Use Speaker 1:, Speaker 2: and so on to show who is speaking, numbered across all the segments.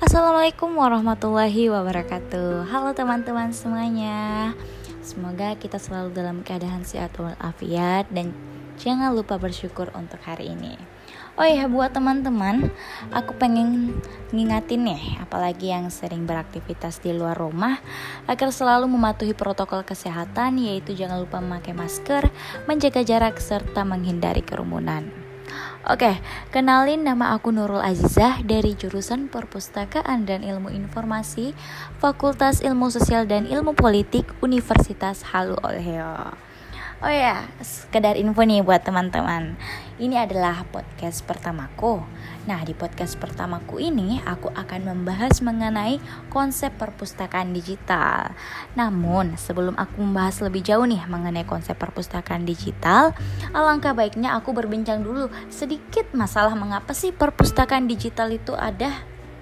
Speaker 1: Assalamualaikum warahmatullahi wabarakatuh. Halo teman-teman semuanya. Semoga kita selalu dalam keadaan sehat walafiat dan jangan lupa bersyukur untuk hari ini. Oh iya, buat teman-teman, aku pengen ngingatin nih, apalagi yang sering beraktivitas di luar rumah, agar selalu mematuhi protokol kesehatan, yaitu jangan lupa memakai masker, menjaga jarak, serta menghindari kerumunan. Oke, kenalin, nama aku Nurul Azizah dari jurusan Perpustakaan dan Ilmu Informasi, Fakultas Ilmu Sosial dan Ilmu Politik, Universitas Halu Oleo. Oh ya, sekedar info nih buat teman-teman. Ini adalah podcast pertamaku. Nah, di podcast pertamaku ini aku akan membahas mengenai konsep perpustakaan digital. Namun, sebelum aku membahas lebih jauh nih mengenai konsep perpustakaan digital, alangkah baiknya aku berbincang dulu sedikit masalah mengapa sih perpustakaan digital itu ada.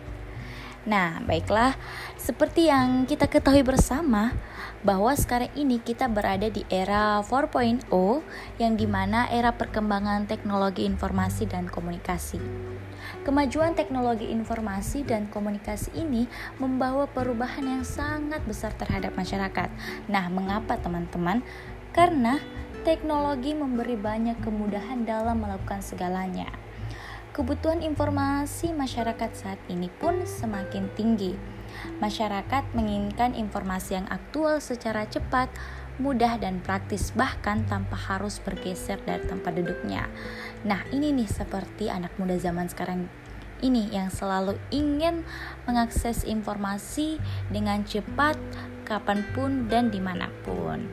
Speaker 1: Nah, baiklah, seperti yang kita ketahui bersama bahwa sekarang ini kita berada di era 4.0, yang dimana era perkembangan teknologi informasi dan komunikasi. Kemajuan teknologi informasi dan komunikasi ini membawa perubahan yang sangat besar terhadap masyarakat. Nah, mengapa teman-teman? Karena teknologi memberi banyak kemudahan dalam melakukan segalanya. Kebutuhan informasi masyarakat saat ini pun semakin tinggi. Masyarakat menginginkan informasi yang aktual secara cepat, mudah dan praktis, bahkan tanpa harus bergeser dari tempat duduknya. Nah, ini nih seperti anak muda zaman sekarang ini yang selalu ingin mengakses informasi dengan cepat, kapanpun dan dimanapun.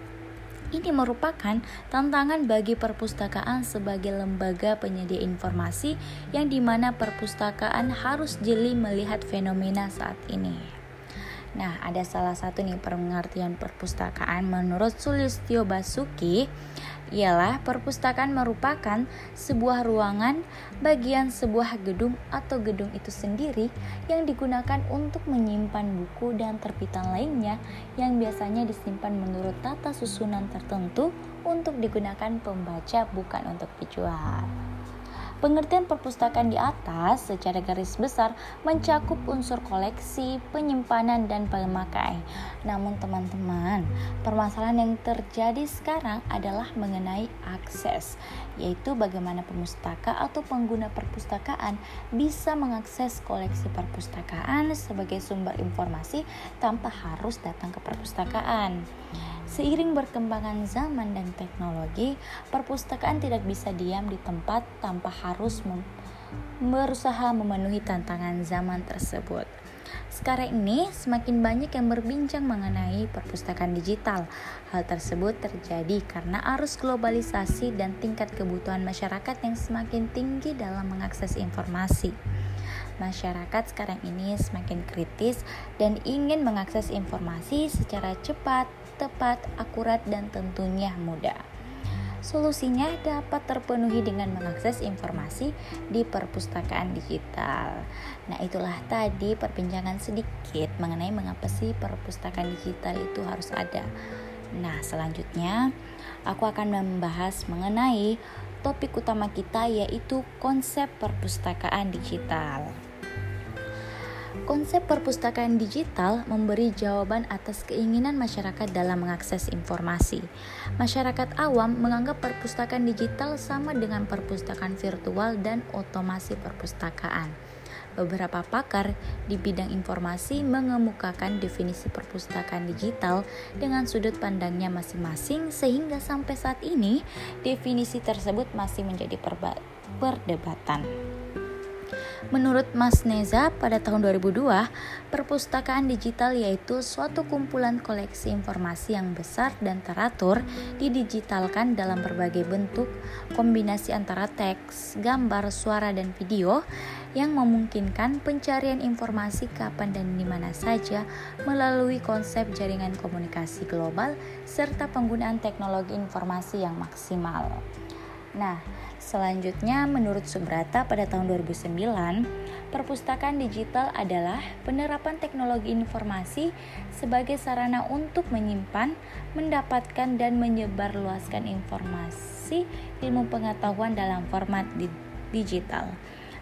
Speaker 1: Ini merupakan tantangan bagi perpustakaan sebagai lembaga penyedia informasi yang dimana perpustakaan harus jeli melihat fenomena saat ini. Nah, ada salah satu nih pengertian perpustakaan menurut Sulistyo Basuki, ialah perpustakaan merupakan sebuah ruangan, bagian sebuah gedung atau gedung itu sendiri yang digunakan untuk menyimpan buku dan terbitan lainnya yang biasanya disimpan menurut tata susunan tertentu untuk digunakan pembaca, bukan untuk dijual. Pengertian perpustakaan di atas secara garis besar mencakup unsur koleksi, penyimpanan, dan pemakai. Namun teman-teman, permasalahan yang terjadi sekarang adalah mengenai akses, yaitu bagaimana pemustaka atau pengguna perpustakaan bisa mengakses koleksi perpustakaan sebagai sumber informasi tanpa harus datang ke perpustakaan. Seiring berkembangan zaman dan teknologi, perpustakaan tidak bisa diam di tempat tanpa harus berusaha memenuhi tantangan zaman tersebut. Sekarang ini semakin banyak yang berbincang mengenai perpustakaan digital. Hal tersebut terjadi karena arus globalisasi dan tingkat kebutuhan masyarakat yang semakin tinggi dalam mengakses informasi. Masyarakat sekarang ini semakin kritis dan ingin mengakses informasi secara cepat, tepat, akurat, dan tentunya mudah. Solusinya dapat terpenuhi dengan mengakses informasi di perpustakaan digital. Nah, itulah tadi perbincangan sedikit mengenai mengapa sih perpustakaan digital itu harus ada. Nah, selanjutnya aku akan membahas mengenai topik utama kita, yaitu konsep perpustakaan digital. Konsep perpustakaan digital memberi jawaban atas keinginan masyarakat dalam mengakses informasi. Masyarakat awam menganggap perpustakaan digital sama dengan perpustakaan virtual dan otomasi perpustakaan. Beberapa pakar di bidang informasi mengemukakan definisi perpustakaan digital dengan sudut pandangnya masing-masing, sehingga sampai saat ini definisi tersebut masih menjadi perdebatan. Menurut Mas Neza, pada tahun 2002, perpustakaan digital yaitu suatu kumpulan koleksi informasi yang besar dan teratur, didigitalkan dalam berbagai bentuk, kombinasi antara teks, gambar, suara, dan video, yang memungkinkan pencarian informasi kapan dan di mana saja melalui konsep jaringan komunikasi global serta penggunaan teknologi informasi yang maksimal. Nah, selanjutnya menurut Subrata pada tahun 2009, perpustakaan digital adalah penerapan teknologi informasi sebagai sarana untuk menyimpan, mendapatkan, dan menyebarluaskan informasi ilmu pengetahuan dalam format digital.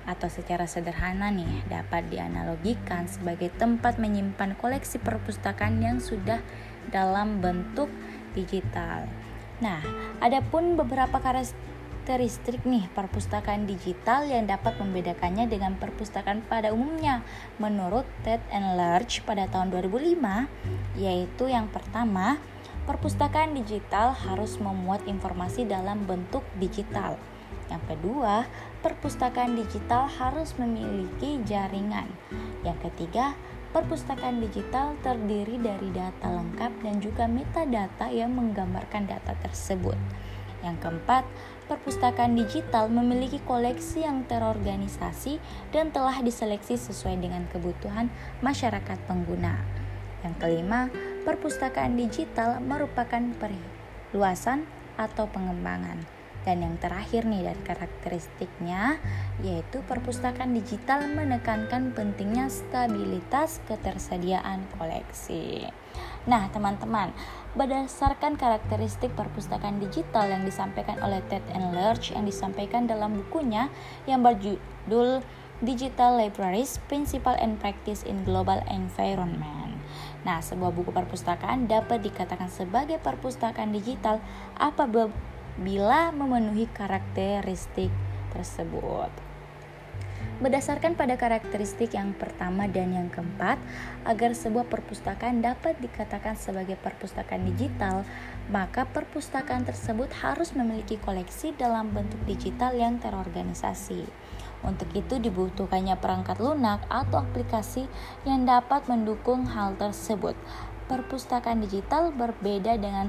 Speaker 1: atau secara sederhana nih dapat dianalogikan sebagai tempat menyimpan koleksi perpustakaan yang sudah dalam bentuk digital. Nah, adapun beberapa karakteristik nih perpustakaan digital yang dapat membedakannya dengan perpustakaan pada umumnya menurut Ted and Large pada tahun 2005, yaitu yang pertama, perpustakaan digital harus memuat informasi dalam bentuk digital. Yang kedua, perpustakaan digital harus memiliki jaringan. Yang ketiga, perpustakaan digital terdiri dari data lengkap dan juga metadata yang menggambarkan data tersebut. Yang keempat, perpustakaan digital memiliki koleksi yang terorganisasi dan telah diseleksi sesuai dengan kebutuhan masyarakat pengguna. Yang kelima, perpustakaan digital merupakan perluasan atau pengembangan. Dan yang terakhir nih dari karakteristiknya, yaitu perpustakaan digital menekankan pentingnya stabilitas ketersediaan koleksi. Nah teman-teman, berdasarkan karakteristik perpustakaan digital yang disampaikan oleh Ted and Large yang disampaikan dalam bukunya yang berjudul Digital Libraries, Principles and Practice in Global Environment. Nah, sebuah buku perpustakaan dapat dikatakan sebagai perpustakaan digital apabila memenuhi karakteristik tersebut. Berdasarkan pada karakteristik yang pertama dan yang keempat, agar sebuah perpustakaan dapat dikatakan sebagai perpustakaan digital, maka perpustakaan tersebut harus memiliki koleksi dalam bentuk digital yang terorganisasi. Untuk itu dibutuhkannya perangkat lunak atau aplikasi yang dapat mendukung hal tersebut. Perpustakaan digital berbeda dengan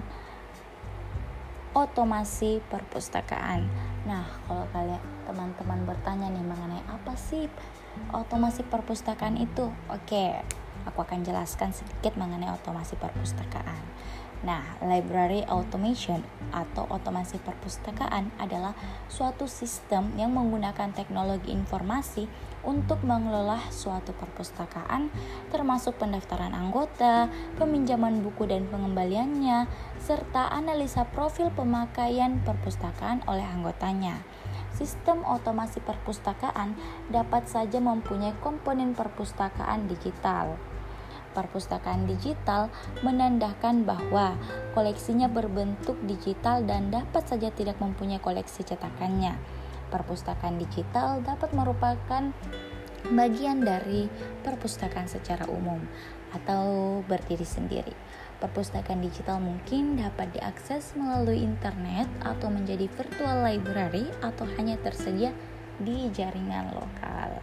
Speaker 1: otomasi perpustakaan. Nah, kalau kalian teman-teman bertanya nih mengenai apa sih otomasi perpustakaan itu? Oke, aku akan jelaskan sedikit mengenai otomasi perpustakaan. Nah, library automation atau otomasi perpustakaan adalah suatu sistem yang menggunakan teknologi informasi untuk mengelola suatu perpustakaan, termasuk pendaftaran anggota, peminjaman buku dan pengembaliannya, serta analisa profil pemakaian perpustakaan oleh anggotanya. Sistem otomasi perpustakaan dapat saja mempunyai komponen perpustakaan digital. Perpustakaan digital menandakan bahwa koleksinya berbentuk digital dan dapat saja tidak mempunyai koleksi cetakannya. Perpustakaan digital dapat merupakan bagian dari perpustakaan secara umum atau berdiri sendiri. Perpustakaan digital mungkin dapat diakses melalui internet atau menjadi virtual library atau hanya tersedia di jaringan lokal.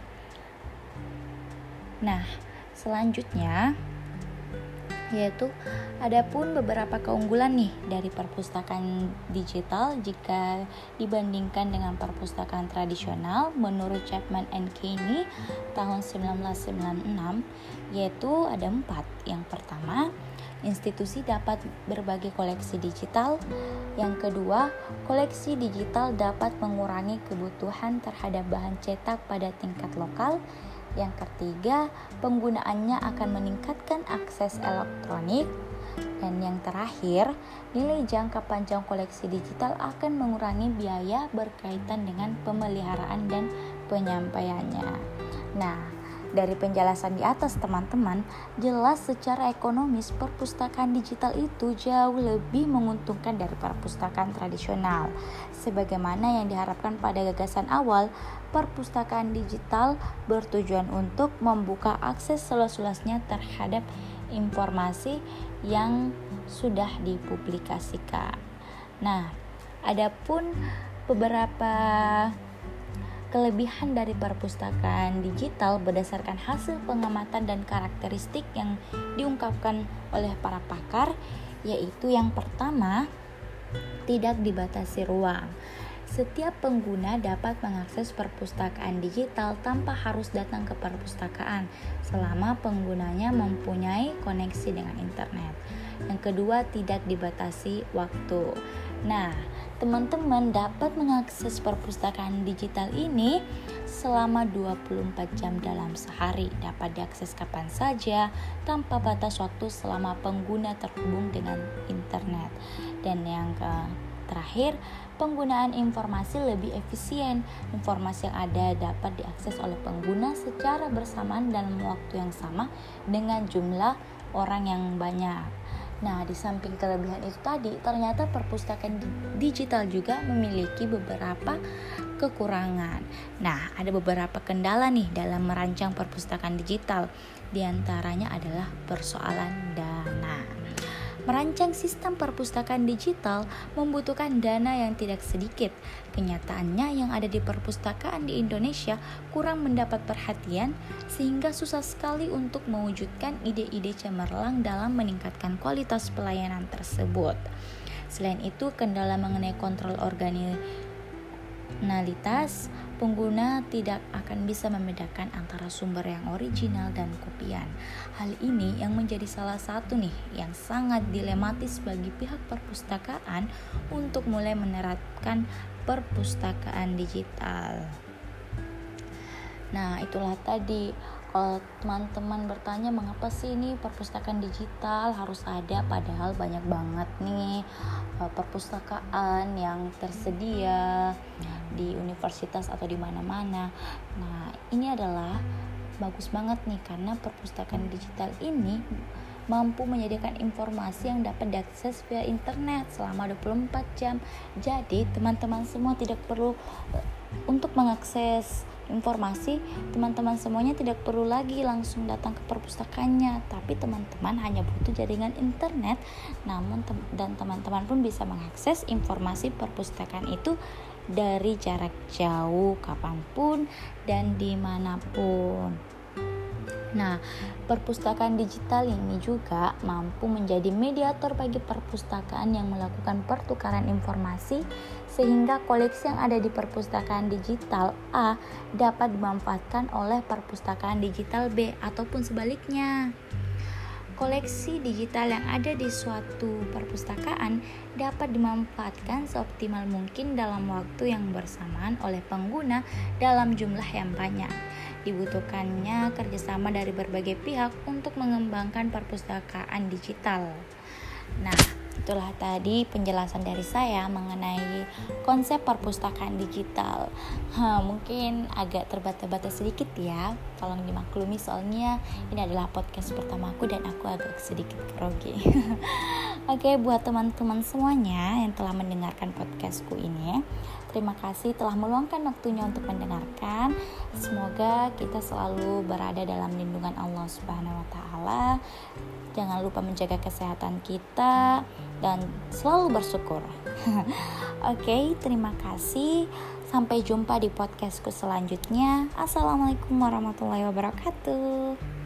Speaker 1: Nah, selanjutnya yaitu adapun beberapa keunggulan nih dari perpustakaan digital jika dibandingkan dengan perpustakaan tradisional menurut Chapman and Kenney tahun 1996, yaitu ada 4. Yang pertama, institusi dapat berbagi koleksi digital. Yang kedua, koleksi digital dapat mengurangi kebutuhan terhadap bahan cetak pada tingkat lokal. Yang ketiga, penggunaannya akan meningkatkan akses elektronik. Dan yang terakhir, nilai jangka panjang koleksi digital akan mengurangi biaya berkaitan dengan pemeliharaan dan penyampaiannya. Nah, dari penjelasan di atas teman-teman, jelas secara ekonomis perpustakaan digital itu jauh lebih menguntungkan dari perpustakaan tradisional. Sebagaimana yang diharapkan pada gagasan awal, perpustakaan digital bertujuan untuk membuka akses seluas-luasnya terhadap informasi yang sudah dipublikasikan. Nah, adapun beberapa kelebihan dari perpustakaan digital berdasarkan hasil pengamatan dan karakteristik yang diungkapkan oleh para pakar, yaitu yang pertama, tidak dibatasi ruang. Setiap pengguna dapat mengakses perpustakaan digital tanpa harus datang ke perpustakaan selama penggunanya mempunyai koneksi dengan internet. Yang kedua, tidak dibatasi waktu. Nah, teman-teman dapat mengakses perpustakaan digital ini selama 24 jam dalam sehari. Dapat diakses kapan saja tanpa batas waktu selama pengguna terhubung dengan internet. Dan yang terakhir, penggunaan informasi lebih efisien. Informasi yang ada dapat diakses oleh pengguna secara bersamaan dalam waktu yang sama dengan jumlah orang yang banyak. Nah, di samping kelebihan itu tadi, ternyata perpustakaan digital juga memiliki beberapa kekurangan. Nah, ada beberapa kendala nih dalam merancang perpustakaan digital. Di antaranya adalah persoalan dana. Merancang sistem perpustakaan digital membutuhkan dana yang tidak sedikit. Kenyataannya yang ada di perpustakaan di Indonesia kurang mendapat perhatian sehingga susah sekali untuk mewujudkan ide-ide cemerlang dalam meningkatkan kualitas pelayanan tersebut. Selain itu, kendala mengenai kontrol originalitas, pengguna tidak akan bisa membedakan antara sumber yang original dan kopian. Hal ini yang menjadi salah satu nih yang sangat dilematis bagi pihak perpustakaan untuk mulai menerapkan perpustakaan digital. Nah, itulah tadi. Kalau teman-teman bertanya mengapa sih ini perpustakaan digital harus ada, padahal banyak banget nih perpustakaan yang tersedia di universitas atau di mana-mana. Nah, ini adalah bagus banget nih karena perpustakaan digital ini mampu menyediakan informasi yang dapat diakses via internet selama 24 jam. Jadi, teman-teman semua tidak perlu untuk mengakses informasi, teman-teman semuanya tidak perlu lagi langsung datang ke perpustakaannya, tapi teman-teman hanya butuh jaringan internet, dan teman-teman pun bisa mengakses informasi perpustakaan itu dari jarak jauh, kapanpun dan dimanapun. Nah, perpustakaan digital ini juga mampu menjadi mediator bagi perpustakaan yang melakukan pertukaran informasi sehingga koleksi yang ada di perpustakaan digital A dapat dimanfaatkan oleh perpustakaan digital B ataupun sebaliknya. Koleksi digital yang ada di suatu perpustakaan dapat dimanfaatkan seoptimal mungkin dalam waktu yang bersamaan oleh pengguna dalam jumlah yang banyak. Dibutuhkannya kerjasama dari berbagai pihak untuk mengembangkan perpustakaan digital. Nah, itulah tadi penjelasan dari saya mengenai konsep perpustakaan digital. Mungkin agak terbata-bata sedikit ya, tolong dimaklumi soalnya ini adalah podcast pertama aku dan aku agak sedikit grogi. Oke, buat teman-teman semuanya yang telah mendengarkan podcastku ini, terima kasih telah meluangkan waktunya untuk mendengarkan. Semoga kita selalu berada dalam lindungan Allah Subhanahu wa taala. Jangan lupa menjaga kesehatan kita dan selalu bersyukur. Oke, terima kasih. Sampai jumpa di podcastku selanjutnya. Assalamualaikum warahmatullahi wabarakatuh.